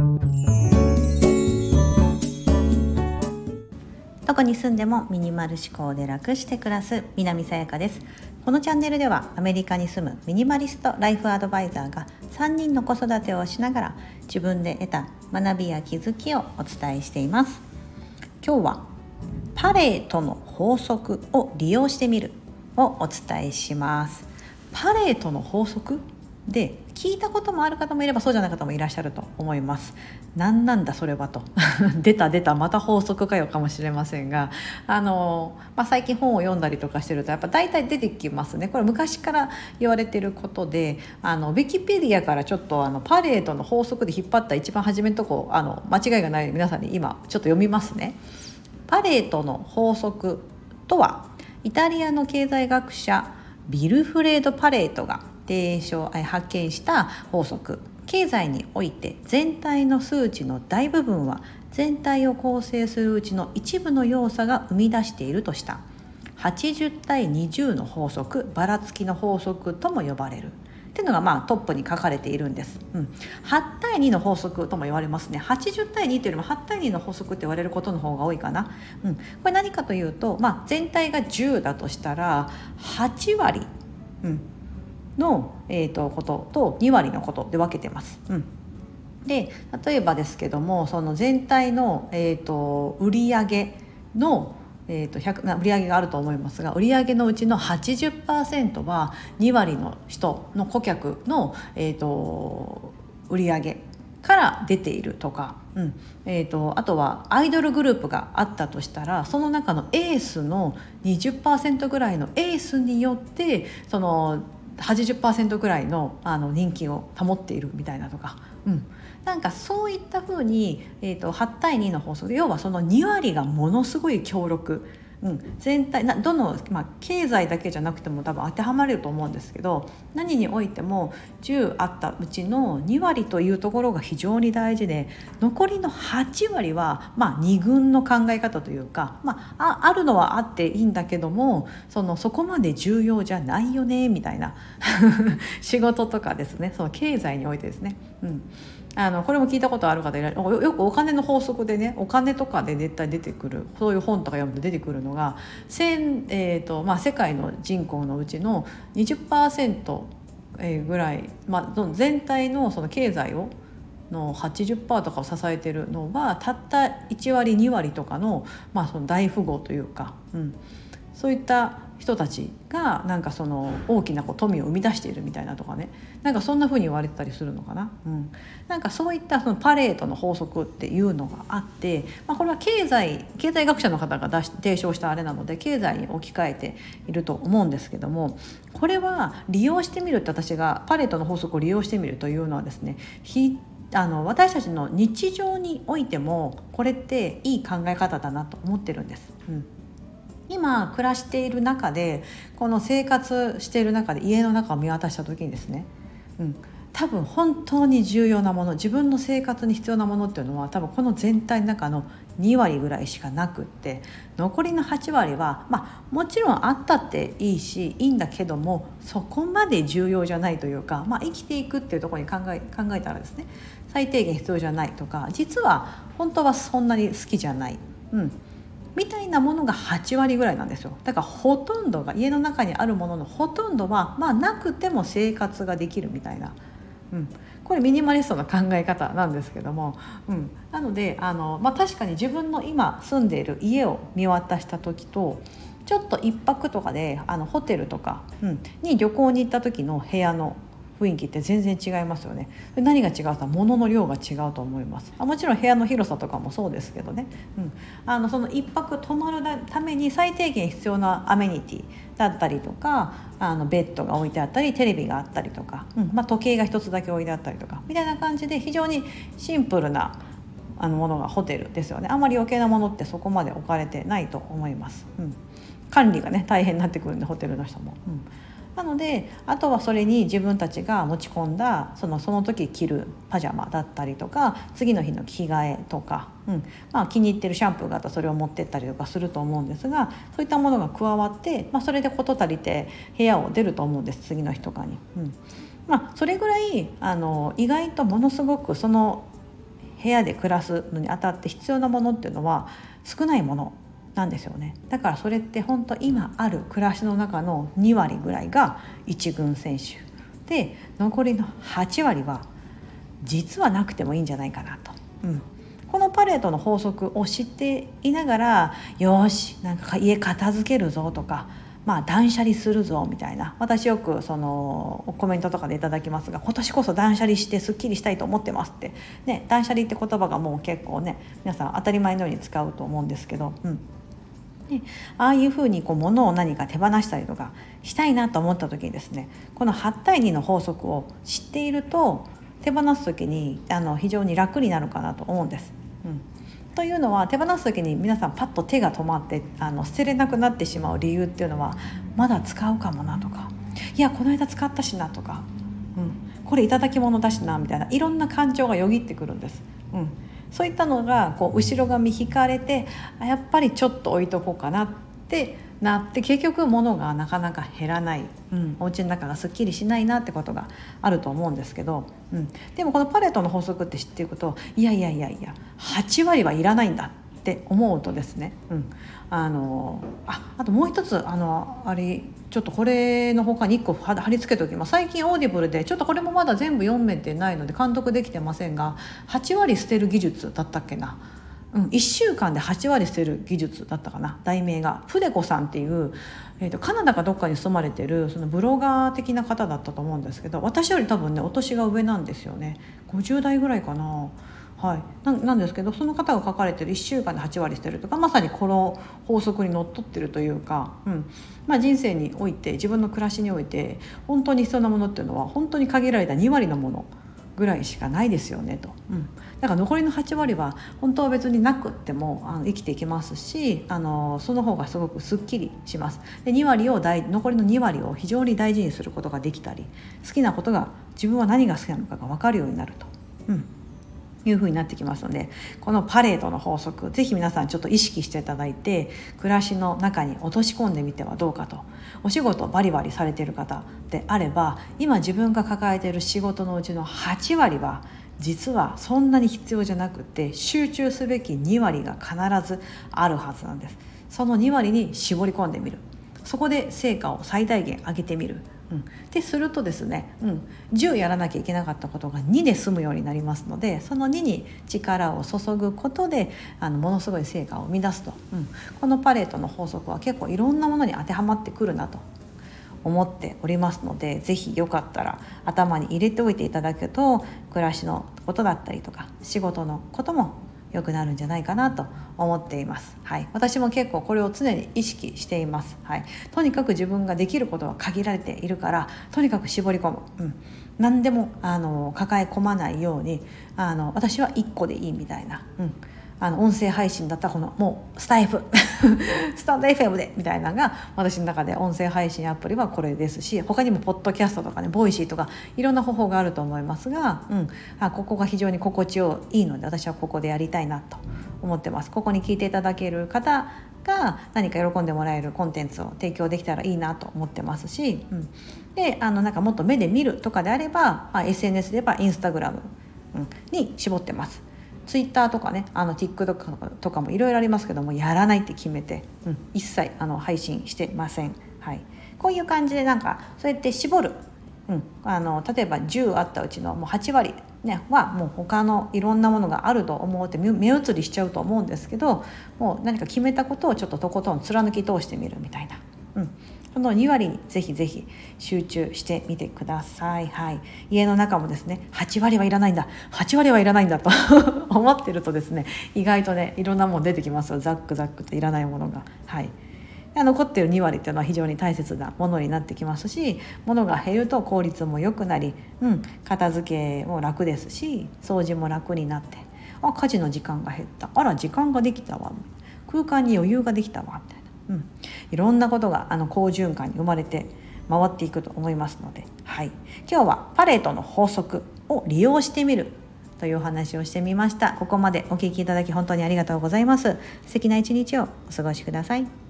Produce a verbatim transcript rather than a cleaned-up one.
どこに住んでもミニマル思考で楽して暮らす南さやかです。このチャンネルではアメリカに住むミニマリストライフアドバイザーがさんにんの子育てをしながら自分で得た学びや気づきをお伝えしています。今日はパレートの法則を利用してみるをお伝えします。パレートの法則で聞いたこともある方もいればそうじゃない方もいらっしゃると思います。何なんだそれはと出た出たまた法則かよかもしれませんが、あの、まあ、最近本を読んだりとかしてるとやっぱ大体出てきますね。これ昔から言われていることで、あのウィキペディアからちょっとあのパレートの法則で引っ張った一番初めのとこあの間違いがない皆さんに今ちょっと読みますね。パレートの法則とはイタリアの経済学者ビルフレード・パレートが提唱発見した法則。経済において全体の数値の大部分は全体を構成するうちの一部の要素が生み出しているとしたはちじゅう対にじゅうの法則、ばらつきの法則とも呼ばれるっていうのがまあトップに書かれているんです、うん、はち対にの法則とも言われますね。はちじゅう対にというよりもはち対にの法則って言われることの方が多いかな、うん、これ何かというと、まあ、全体がじゅうだとしたらはち割、うんの、えー、とこととに割のことで分けてます、うん、で例えばですけどもその全体の、えー、と売上の、えー、とひゃく売上があると思いますが、売上のうちの はちじゅっパーセント はに割の人の顧客の、えー、と売上から出ているとか、うんえー、とあとはアイドルグループがあったとしたらその中のエースの にじゅっパーセント ぐらいのエースによってそのはちじゅっパーセント ぐらい の, あの人気を保っているみたいなとか、うん、なんかそういった風に、えーと、はち対にの法則で要はそのに割がものすごい強力、うん、全体などの、まあ、経済だけじゃなくても多分当てはまれると思うんですけど、何においてもじゅうあったうちのに割というところが非常に大事で、残りのはち割は、まあ、に軍の考え方というか、まあ、あ, あるのはあっていいんだけども そ, のそこまで重要じゃないよねみたいな仕事とかですね、その経済においてですね、うんあのこれも聞いたことある方いらっしゃる。よくお金の法則でね、お金とかで絶対出てくる、そういう本とか読むと出てくるのが、えーとまあ、世界の人口のうちの にじゅっパーセント ぐらい、まあ、全体 の, その経済をの はちじゅっパーセント とかを支えているのはたったいち割に割とか の,、まあその大富豪というか、うん、そういった人たちがなんかその大きなこう富を生み出しているみたいなとかね、なんかそんな風に言われてたりするのかな、うん、なんかそういったそのパレートの法則っていうのがあって、まあ、これは経済経済学者の方が出し提唱したあれなので経済に置き換えていると思うんですけども、これは利用してみるって、私がパレートの法則を利用してみるというのはですね、ひあの私たちの日常においてもこれっていい考え方だなと思ってるんです、うん今暮らしている中で、この生活している中で家の中を見渡した時にですね、うん、多分本当に重要なもの、自分の生活に必要なものっていうのは多分この全体の中のに割ぐらいしかなくって、残りのはち割は、まあ、もちろんあったっていいしいいんだけども、そこまで重要じゃないというか、まあ、生きていくっていうところに考え、考えたらですね、最低限必要じゃないとか、実は本当はそんなに好きじゃない、うんみたいなものがはち割ぐらいなんですよ。だからほとんどが、家の中にあるもののほとんどは、まあ、なくても生活ができるみたいな、うん、これミニマリストの考え方なんですけども、うん、なのであの、まあ、確かに自分の今住んでいる家を見渡した時と、ちょっと一泊とかであのホテルとか、うん、に旅行に行った時の部屋の雰囲気って全然違いますよね。何が違うか、物の量が違うと思います。もちろん部屋の広さとかもそうですけどね、うん、あのその一泊泊まるために最低限必要なアメニティだったりとか、あのベッドが置いてあったりテレビがあったりとか、うんまあ、時計が一つだけ置いてあったりとかみたいな感じで、非常にシンプルなあのものがホテルですよね。あんまり余計なものってそこまで置かれてないと思います、うん、管理がね大変になってくるんで、ホテルの人も、うんなので、あとはそれに自分たちが持ち込んだその、その時着るパジャマだったりとか、次の日の着替えとか、うんまあ、気に入ってるシャンプーがあったらそれを持ってったりとかすると思うんですが、そういったものが加わって、まあ、それで事足りて部屋を出ると思うんです、次の日とかに、うんまあ、それぐらいあの意外とものすごくその部屋で暮らすのにあたって必要なものっていうのは少ないものなんですよね。だからそれって本当今ある暮らしの中のに割ぐらいが一軍選手で、残りのはち割は実はなくてもいいんじゃないかなと、うん、このパレートの法則を知っていながら、よしなんか家片付けるぞとか、まあ断捨離するぞみたいな、私よくそのコメントとかでいただきますが、今年こそ断捨離してすっきりしたいと思ってますって、ね、断捨離って言葉がもう結構ね皆さん当たり前のように使うと思うんですけど、うんね、ああいうふうにこう物を何か手放したりとかしたいなと思った時にですね、このはち対にの法則を知っていると手放す時にあの非常に楽になるかなと思うんです、うん、というのは手放す時に皆さんパッと手が止まってあの捨てれなくなってしまう理由っていうのは、まだ使うかもなとか、いやこの間使ったしなとか、うん、これいただき物だしなみたいな、いろんな感情がよぎってくるんです、うん、そういったのがこう後ろ髪引かれて、やっぱりちょっと置いとこうかなってなって、結局物がなかなか減らない、うん、お家の中がすっきりしないなってことがあると思うんですけど、うん、でもこのパレートの法則って知っていくと、いやいやいやいやはち割はいらないんだって思うとですね、うん、あの あ, あともう一つあのあれちょっとこれの他にいっこ貼り付けておきます。最近オーディブルでちょっとこれもまだ全部読めてないので監督できてませんが、はち割捨てる技術だったっけな、うん、いっしゅうかんではち割捨てる技術だったかな、題名が筆子さんっていう、えーと、カナダかどっかに住まれてるそのブロガー的な方だったと思うんですけど、私より多分ねお年が上なんですよね。ごじゅう代ぐらいかな、はい、な, なんですけど、その方が書かれてるいっしゅうかんではち割捨てるとか、まさにこの法則にのっとってるというか、うんまあ、人生において自分の暮らしにおいて本当に必要なものっていうのは本当に限られたに割のものぐらいしかないですよねと、うん、だから残りのはち割は本当は別になくってもあの生きていけますし、あのその方がすごくすっきりします。でに割を大残りのに割を非常に大事にすることができたり、好きなことが自分は何が好きなのかが分かるようになると、うんいう風になってきますので、このパレードの法則ぜひ皆さんちょっと意識していただいて、暮らしの中に落とし込んでみてはどうかと。お仕事バリバリされている方であれば、今自分が抱えている仕事のうちのはち割は実はそんなに必要じゃなくて、集中すべきに割が必ずあるはずなんです。そのに割に絞り込んでみる、そこで成果を最大限上げてみる、うん、ってするとですね、うん、じゅうやらなきゃいけなかったことがにで済むようになりますので、そのにに力を注ぐことであのものすごい成果を生み出すと、うん、このパレートの法則は結構いろんなものに当てはまってくるなと思っておりますので、ぜひよかったら頭に入れておいていただくと、暮らしのことだったりとか仕事のことも良くなるんじゃないかなと思っています、はい、私も結構これを常に意識しています、はい、とにかく自分ができることは限られているから、とにかく絞り込む、うん、何でもあの抱え込まないように、あの私はいっこでいいみたいな、うん、あの音声配信だったらこのもうスタイフスタンド エフエム でみたいなのが私の中で、音声配信アプリはこれですし、他にもポッドキャストとかね、ボイシーとかいろんな方法があると思いますが、うん、あここが非常に心地よいいので、私はここでやりたいなと思ってます。ここに聞いていただける方が何か喜んでもらえるコンテンツを提供できたらいいなと思ってますし、うん、であのなんかもっと目で見るとかであれば、まあ、エスエヌエス で言えばインスタグラムに絞ってます。ツイッターとかね、あの TikTok とかもいろいろありますけども、やらないって決めて、うん、一切あの配信してません、はい、こういう感じでなんかそうやって絞る、うん、あの例えばじゅうあったうちのもうはち割、ね、はもう他のいろんなものがあると思って目移りしちゃうと思うんですけど、もう何か決めたことをちょっととことん貫き通してみるみたいな、うん、このに割にぜひぜひ集中してみてください、はい、家の中もですね、はち割はいらないんだはち割はいらないんだと思ってるとですね、意外とねいろんなもの出てきますよ、ザックザックといらないものが、はい、残っているに割っていうのは非常に大切なものになってきますし、物が減ると効率も良くなり、うん、片付けも楽ですし、掃除も楽になって、あ家事の時間が減った、あら時間ができたわ、空間に余裕ができたわみたいな、うん、いろんなことがあの好循環に生まれて回っていくと思いますので、はい、今日はパレートの法則を利用してみるというお話をしてみました。ここまでお聞きいただき本当にありがとうございます。素敵な一日をお過ごしください。